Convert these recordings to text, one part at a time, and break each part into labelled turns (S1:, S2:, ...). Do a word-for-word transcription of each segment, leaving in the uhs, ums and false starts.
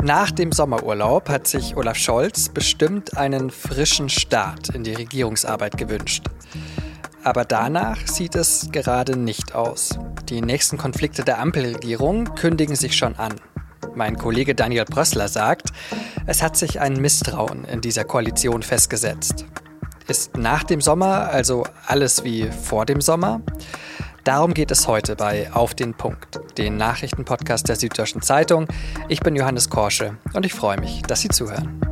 S1: Nach dem Sommerurlaub hat sich Olaf Scholz bestimmt einen frischen Start in die Regierungsarbeit gewünscht. Aber danach sieht es gerade nicht aus. Die nächsten Konflikte der Ampelregierung kündigen sich schon an. Mein Kollege Daniel Brössler sagt, es hat sich ein Misstrauen in dieser Koalition festgesetzt. Ist nach dem Sommer also alles wie vor dem Sommer? Darum geht es heute bei Auf den Punkt, den Nachrichtenpodcast der Süddeutschen Zeitung. Ich bin Johannes Korsche und ich freue mich, dass Sie zuhören.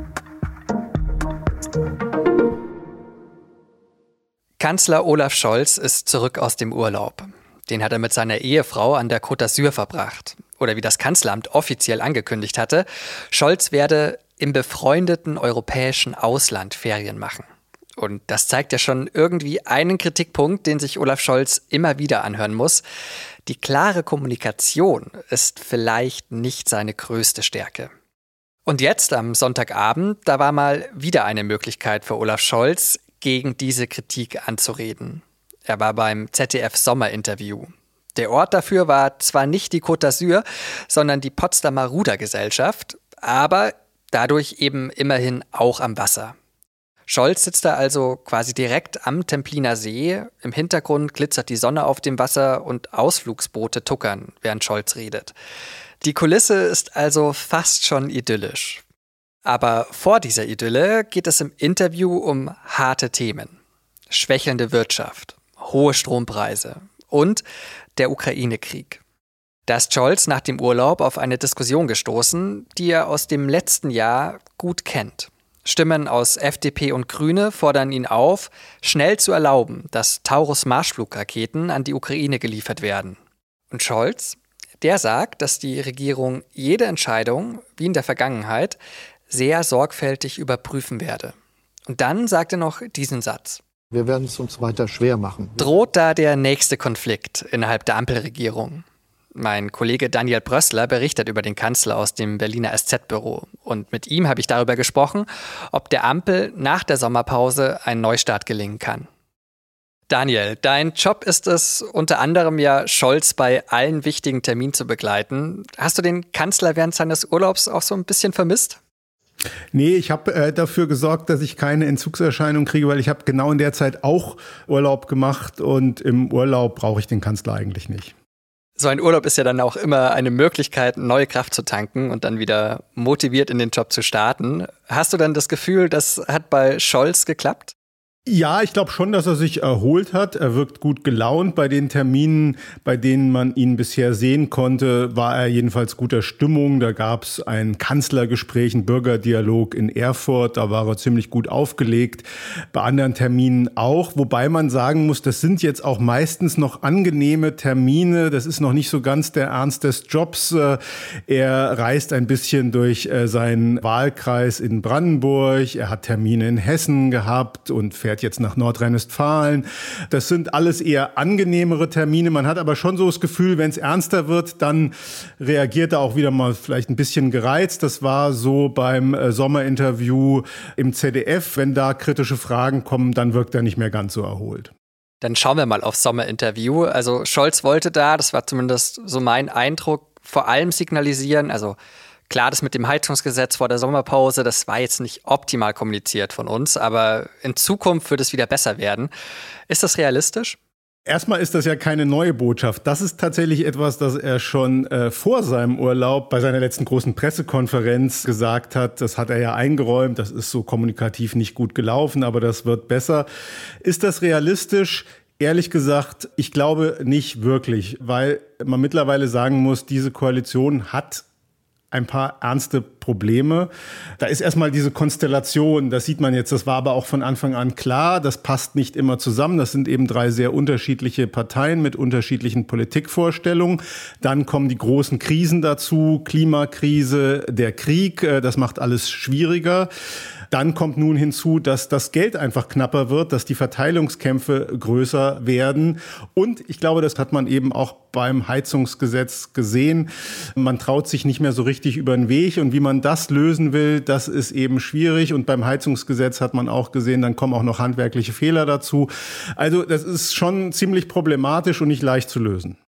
S1: Kanzler Olaf Scholz ist zurück aus dem Urlaub. Den hat er mit seiner Ehefrau an der Côte d'Azur verbracht. Oder wie das Kanzleramt offiziell angekündigt hatte, Scholz werde im befreundeten europäischen Ausland Ferien machen. Und das zeigt ja schon irgendwie einen Kritikpunkt, den sich Olaf Scholz immer wieder anhören muss. Die klare Kommunikation ist vielleicht nicht seine größte Stärke. Und jetzt am Sonntagabend, da war mal wieder eine Möglichkeit für Olaf Scholz, gegen diese Kritik anzureden. Er war beim Z D F-Sommerinterview. Der Ort dafür war zwar nicht die Côte d'Azur, sondern die Potsdamer Rudergesellschaft, aber dadurch eben immerhin auch am Wasser. Scholz sitzt da also quasi direkt am Templiner See. Im Hintergrund glitzert die Sonne auf dem Wasser und Ausflugsboote tuckern, während Scholz redet. Die Kulisse ist also fast schon idyllisch. Aber vor dieser Idylle geht es im Interview um harte Themen. Schwächelnde Wirtschaft, hohe Strompreise und der Ukraine-Krieg. Da ist Scholz nach dem Urlaub auf eine Diskussion gestoßen, die er aus dem letzten Jahr gut kennt. Stimmen aus F D P und Grüne fordern ihn auf, schnell zu erlauben, dass Taurus-Marschflugraketen an die Ukraine geliefert werden. Und Scholz, der sagt, dass die Regierung jede Entscheidung, wie in der Vergangenheit, sehr sorgfältig überprüfen werde. Und dann sagt er noch diesen Satz.
S2: Wir werden es uns weiter schwer machen.
S1: Droht da der nächste Konflikt innerhalb der Ampelregierung? Mein Kollege Daniel Brössler berichtet über den Kanzler aus dem Berliner S Z-Büro. Und mit ihm habe ich darüber gesprochen, ob der Ampel nach der Sommerpause ein Neustart gelingen kann. Daniel, dein Job ist es, unter anderem ja Scholz bei allen wichtigen Terminen zu begleiten. Hast du den Kanzler während seines Urlaubs auch so ein bisschen vermisst?
S3: Nee, ich habe äh, dafür gesorgt, dass ich keine Entzugserscheinung kriege, weil ich habe genau in der Zeit auch Urlaub gemacht und im Urlaub brauche ich den Kanzler eigentlich nicht.
S1: So ein Urlaub ist ja dann auch immer eine Möglichkeit, neue Kraft zu tanken und dann wieder motiviert in den Job zu starten. Hast du dann das Gefühl, das hat bei Scholz geklappt?
S3: Ja, ich glaube schon, dass er sich erholt hat. Er wirkt gut gelaunt. Bei den Terminen, bei denen man ihn bisher sehen konnte, war er jedenfalls guter Stimmung. Da gab es ein Kanzlergespräch, ein Bürgerdialog in Erfurt. Da war er ziemlich gut aufgelegt. Bei anderen Terminen auch. Wobei man sagen muss, das sind jetzt auch meistens noch angenehme Termine. Das ist noch nicht so ganz der Ernst des Jobs. Er reist ein bisschen durch seinen Wahlkreis in Brandenburg. Er hat Termine in Hessen gehabt und fährt jetzt nach Nordrhein-Westfalen. Das sind alles eher angenehmere Termine. Man hat aber schon so das Gefühl, wenn es ernster wird, dann reagiert er auch wieder mal vielleicht ein bisschen gereizt. Das war so beim äh, Sommerinterview im Z D F. Wenn da kritische Fragen kommen, dann wirkt er nicht mehr ganz so erholt.
S1: Dann schauen wir mal aufs Sommerinterview. Also Scholz wollte da, das war zumindest so mein Eindruck, vor allem signalisieren, also klar, das mit dem Heizungsgesetz vor der Sommerpause, das war jetzt nicht optimal kommuniziert von uns, aber in Zukunft wird es wieder besser werden. Ist das realistisch?
S3: Erstmal ist das ja keine neue Botschaft. Das ist tatsächlich etwas, das er schon äh, vor seinem Urlaub bei seiner letzten großen Pressekonferenz gesagt hat. Das hat er ja eingeräumt. Das ist so kommunikativ nicht gut gelaufen, aber das wird besser. Ist das realistisch? Ehrlich gesagt, ich glaube nicht wirklich, weil man mittlerweile sagen muss, diese Koalition hat ein paar ernste Probleme. Da ist erstmal diese Konstellation, das sieht man jetzt, das war aber auch von Anfang an klar, das passt nicht immer zusammen. Das sind eben drei sehr unterschiedliche Parteien mit unterschiedlichen Politikvorstellungen. Dann kommen die großen Krisen dazu, Klimakrise, der Krieg, das macht alles schwieriger. Dann kommt nun hinzu, dass das Geld einfach knapper wird, dass die Verteilungskämpfe größer werden. Und ich glaube, das hat man eben auch beim Heizungsgesetz gesehen. Man traut sich nicht mehr so richtig über den Weg. Und wie man das lösen will, das ist eben schwierig. Und beim Heizungsgesetz hat man auch gesehen, dann kommen auch noch handwerkliche Fehler dazu. Also das ist schon ziemlich problematisch und nicht leicht zu lösen.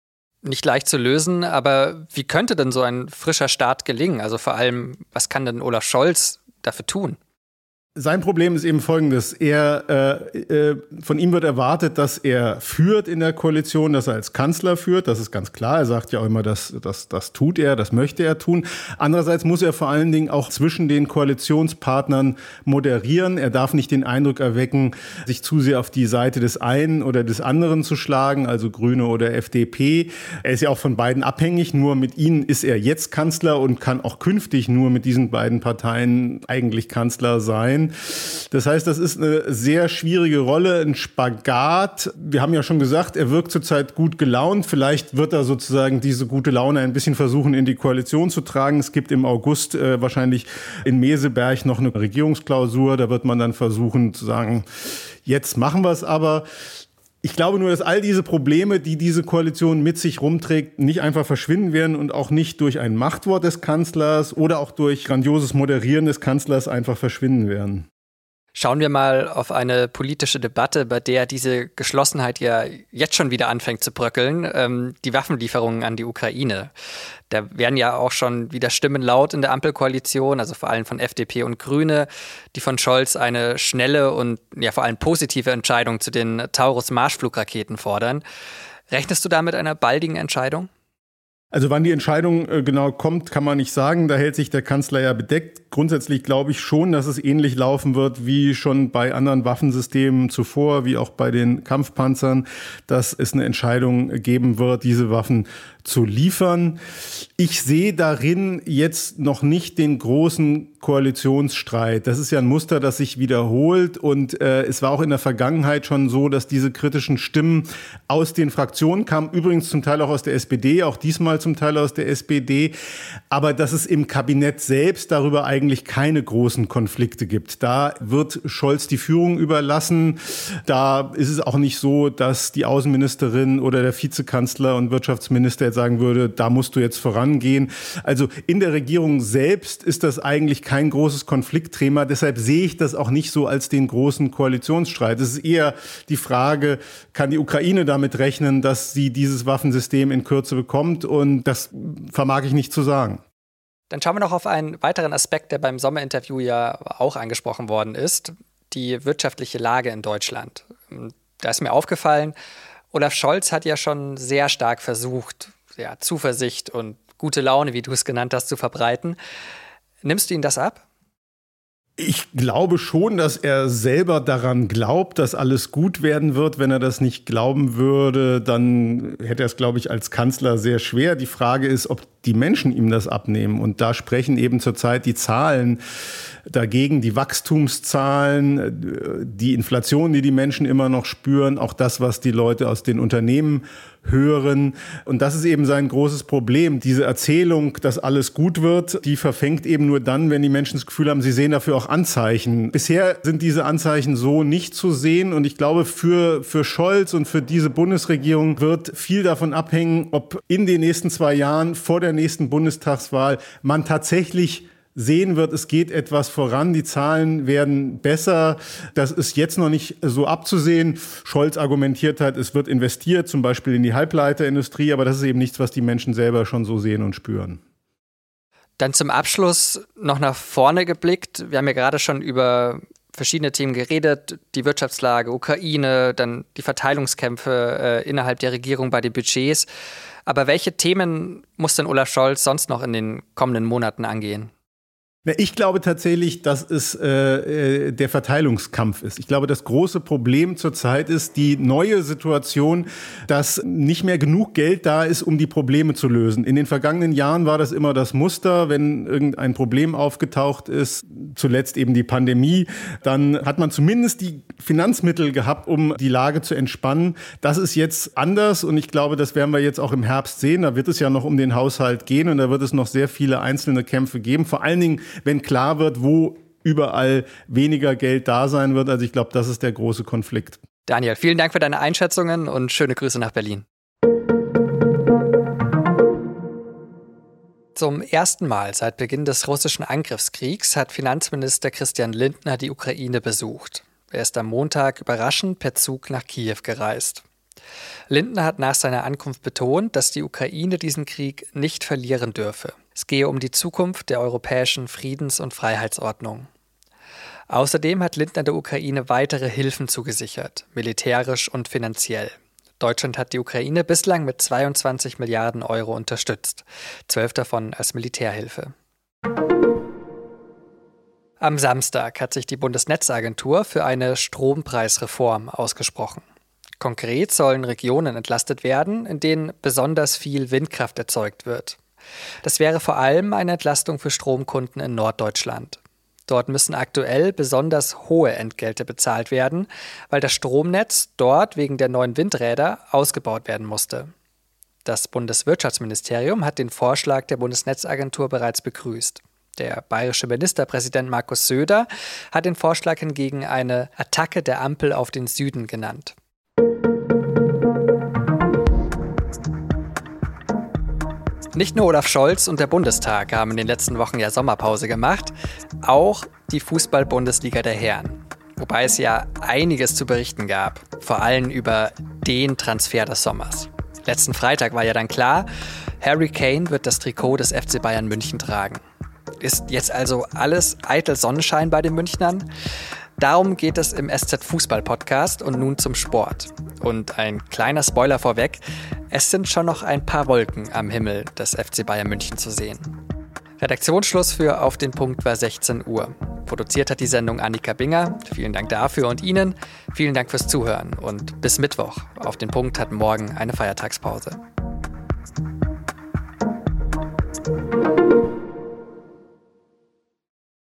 S1: Nicht leicht zu lösen, aber wie könnte denn so ein frischer Start gelingen? Also vor allem, was kann denn Olaf Scholz dafür tun?
S3: Sein Problem ist eben folgendes. Er, äh, äh, von ihm wird erwartet, dass er führt in der Koalition, dass er als Kanzler führt. Das ist ganz klar. Er sagt ja auch immer, dass, dass, das tut er, das möchte er tun. Andererseits muss er vor allen Dingen auch zwischen den Koalitionspartnern moderieren. Er darf nicht den Eindruck erwecken, sich zu sehr auf die Seite des einen oder des anderen zu schlagen, also Grüne oder F D P. Er ist ja auch von beiden abhängig. Nur mit ihnen ist er jetzt Kanzler und kann auch künftig nur mit diesen beiden Parteien eigentlich Kanzler sein. Das heißt, das ist eine sehr schwierige Rolle, ein Spagat. Wir haben ja schon gesagt, er wirkt zurzeit gut gelaunt. Vielleicht wird er sozusagen diese gute Laune ein bisschen versuchen, in die Koalition zu tragen. Es gibt im August äh, wahrscheinlich in Meseberg noch eine Regierungsklausur. Da wird man dann versuchen zu sagen, jetzt machen wir es aber. Ich glaube nur, dass all diese Probleme, die diese Koalition mit sich rumträgt, nicht einfach verschwinden werden und auch nicht durch ein Machtwort des Kanzlers oder auch durch grandioses Moderieren des Kanzlers einfach verschwinden werden.
S1: Schauen wir mal auf eine politische Debatte, bei der diese Geschlossenheit ja jetzt schon wieder anfängt zu bröckeln, ähm, die Waffenlieferungen an die Ukraine. Da werden ja auch schon wieder Stimmen laut in der Ampelkoalition, also vor allem von F D P und Grüne, die von Scholz eine schnelle und ja vor allem positive Entscheidung zu den Taurus-Marschflugraketen fordern. Rechnest du da mit einer baldigen Entscheidung?
S3: Also wann die Entscheidung äh, genau kommt, kann man nicht sagen. Da hält sich der Kanzler ja bedeckt. Grundsätzlich glaube ich schon, dass es ähnlich laufen wird wie schon bei anderen Waffensystemen zuvor, wie auch bei den Kampfpanzern, dass es eine Entscheidung geben wird, diese Waffen zu liefern. Ich sehe darin jetzt noch nicht den großen Koalitionsstreit. Das ist ja ein Muster, das sich wiederholt. Und äh, es war auch in der Vergangenheit schon so, dass diese kritischen Stimmen aus den Fraktionen kamen. Übrigens zum Teil auch aus der S P D, auch diesmal zum Teil aus der S P D. Aber dass es im Kabinett selbst darüber eigentlich keine großen Konflikte gibt. Da wird Scholz die Führung überlassen. Da ist es auch nicht so, dass die Außenministerin oder der Vizekanzler und Wirtschaftsminister jetzt sagen würde, da musst du jetzt vorangehen. Also in der Regierung selbst ist das eigentlich kein großes Konfliktthema. Deshalb sehe ich das auch nicht so als den großen Koalitionsstreit. Es ist eher die Frage, kann die Ukraine damit rechnen, dass sie dieses Waffensystem in Kürze bekommt? Und das vermag ich nicht zu sagen.
S1: Dann schauen wir noch auf einen weiteren Aspekt, der beim Sommerinterview ja auch angesprochen worden ist, die wirtschaftliche Lage in Deutschland. Da ist mir aufgefallen, Olaf Scholz hat ja schon sehr stark versucht, ja, Zuversicht und gute Laune, wie du es genannt hast, zu verbreiten. Nimmst du ihm das ab?
S3: Ich glaube schon, dass er selber daran glaubt, dass alles gut werden wird. Wenn er das nicht glauben würde, dann hätte er es, glaube ich, als Kanzler sehr schwer. Die Frage ist, ob die Menschen ihm das abnehmen. Und da sprechen eben zurzeit die Zahlen dagegen, die Wachstumszahlen, die Inflation, die die Menschen immer noch spüren, auch das, was die Leute aus den Unternehmen hören. Und das ist eben sein großes Problem. Diese Erzählung, dass alles gut wird, die verfängt eben nur dann, wenn die Menschen das Gefühl haben, sie sehen dafür auch Anzeichen. Bisher sind diese Anzeichen so nicht zu sehen. Und ich glaube, für, für Scholz und für diese Bundesregierung wird viel davon abhängen, ob in den nächsten zwei Jahren vor der nächsten Bundestagswahl man tatsächlich sehen wird, es geht etwas voran, die Zahlen werden besser. Das ist jetzt noch nicht so abzusehen. Scholz argumentiert hat, es wird investiert, zum Beispiel in die Halbleiterindustrie, aber das ist eben nichts, was die Menschen selber schon so sehen und spüren.
S1: Dann zum Abschluss noch nach vorne geblickt. Wir haben ja gerade schon über verschiedene Themen geredet, die Wirtschaftslage, Ukraine, dann die Verteilungskämpfe äh, innerhalb der Regierung bei den Budgets. Aber welche Themen muss denn Olaf Scholz sonst noch in den kommenden Monaten angehen?
S3: Ich glaube tatsächlich, dass es äh, der Verteilungskampf ist. Ich glaube, das große Problem zurzeit ist die neue Situation, dass nicht mehr genug Geld da ist, um die Probleme zu lösen. In den vergangenen Jahren war das immer das Muster, wenn irgendein Problem aufgetaucht ist, zuletzt eben die Pandemie, dann hat man zumindest die Finanzmittel gehabt, um die Lage zu entspannen. Das ist jetzt anders und ich glaube, das werden wir jetzt auch im Herbst sehen. Da wird es ja noch um den Haushalt gehen und da wird es noch sehr viele einzelne Kämpfe geben. Vor allen Dingen, wenn klar wird, wo überall weniger Geld da sein wird. Also ich glaube, das ist der große Konflikt.
S1: Daniel, vielen Dank für deine Einschätzungen und schöne Grüße nach Berlin. Zum ersten Mal seit Beginn des russischen Angriffskriegs hat Finanzminister Christian Lindner die Ukraine besucht. Er ist am Montag überraschend per Zug nach Kiew gereist. Lindner hat nach seiner Ankunft betont, dass die Ukraine diesen Krieg nicht verlieren dürfe. Es gehe um die Zukunft der europäischen Friedens- und Freiheitsordnung. Außerdem hat Lindner der Ukraine weitere Hilfen zugesichert, militärisch und finanziell. Deutschland hat die Ukraine bislang mit zweiundzwanzig Milliarden Euro unterstützt, zwölf davon als Militärhilfe. Am Samstag hat sich die Bundesnetzagentur für eine Strompreisreform ausgesprochen. Konkret sollen Regionen entlastet werden, in denen besonders viel Windkraft erzeugt wird. Das wäre vor allem eine Entlastung für Stromkunden in Norddeutschland. Dort müssen aktuell besonders hohe Entgelte bezahlt werden, weil das Stromnetz dort wegen der neuen Windräder ausgebaut werden musste. Das Bundeswirtschaftsministerium hat den Vorschlag der Bundesnetzagentur bereits begrüßt. Der bayerische Ministerpräsident Markus Söder hat den Vorschlag hingegen eine Attacke der Ampel auf den Süden genannt. Nicht nur Olaf Scholz und der Bundestag haben in den letzten Wochen ja Sommerpause gemacht, auch die Fußball-Bundesliga der Herren. Wobei es ja einiges zu berichten gab, vor allem über den Transfer des Sommers. Letzten Freitag war ja dann klar, Harry Kane wird das Trikot des F C Bayern München tragen. Ist jetzt also alles eitel Sonnenschein bei den Münchnern? Darum geht es im S Z-Fußball-Podcast und nun zum Sport. Und ein kleiner Spoiler vorweg, es sind schon noch ein paar Wolken am Himmel des F C Bayern München zu sehen. Redaktionsschluss für Auf den Punkt war sechzehn Uhr. Produziert hat die Sendung Annika Binger. Vielen Dank dafür und Ihnen. Vielen Dank fürs Zuhören und bis Mittwoch. Auf den Punkt hat morgen eine Feiertagspause.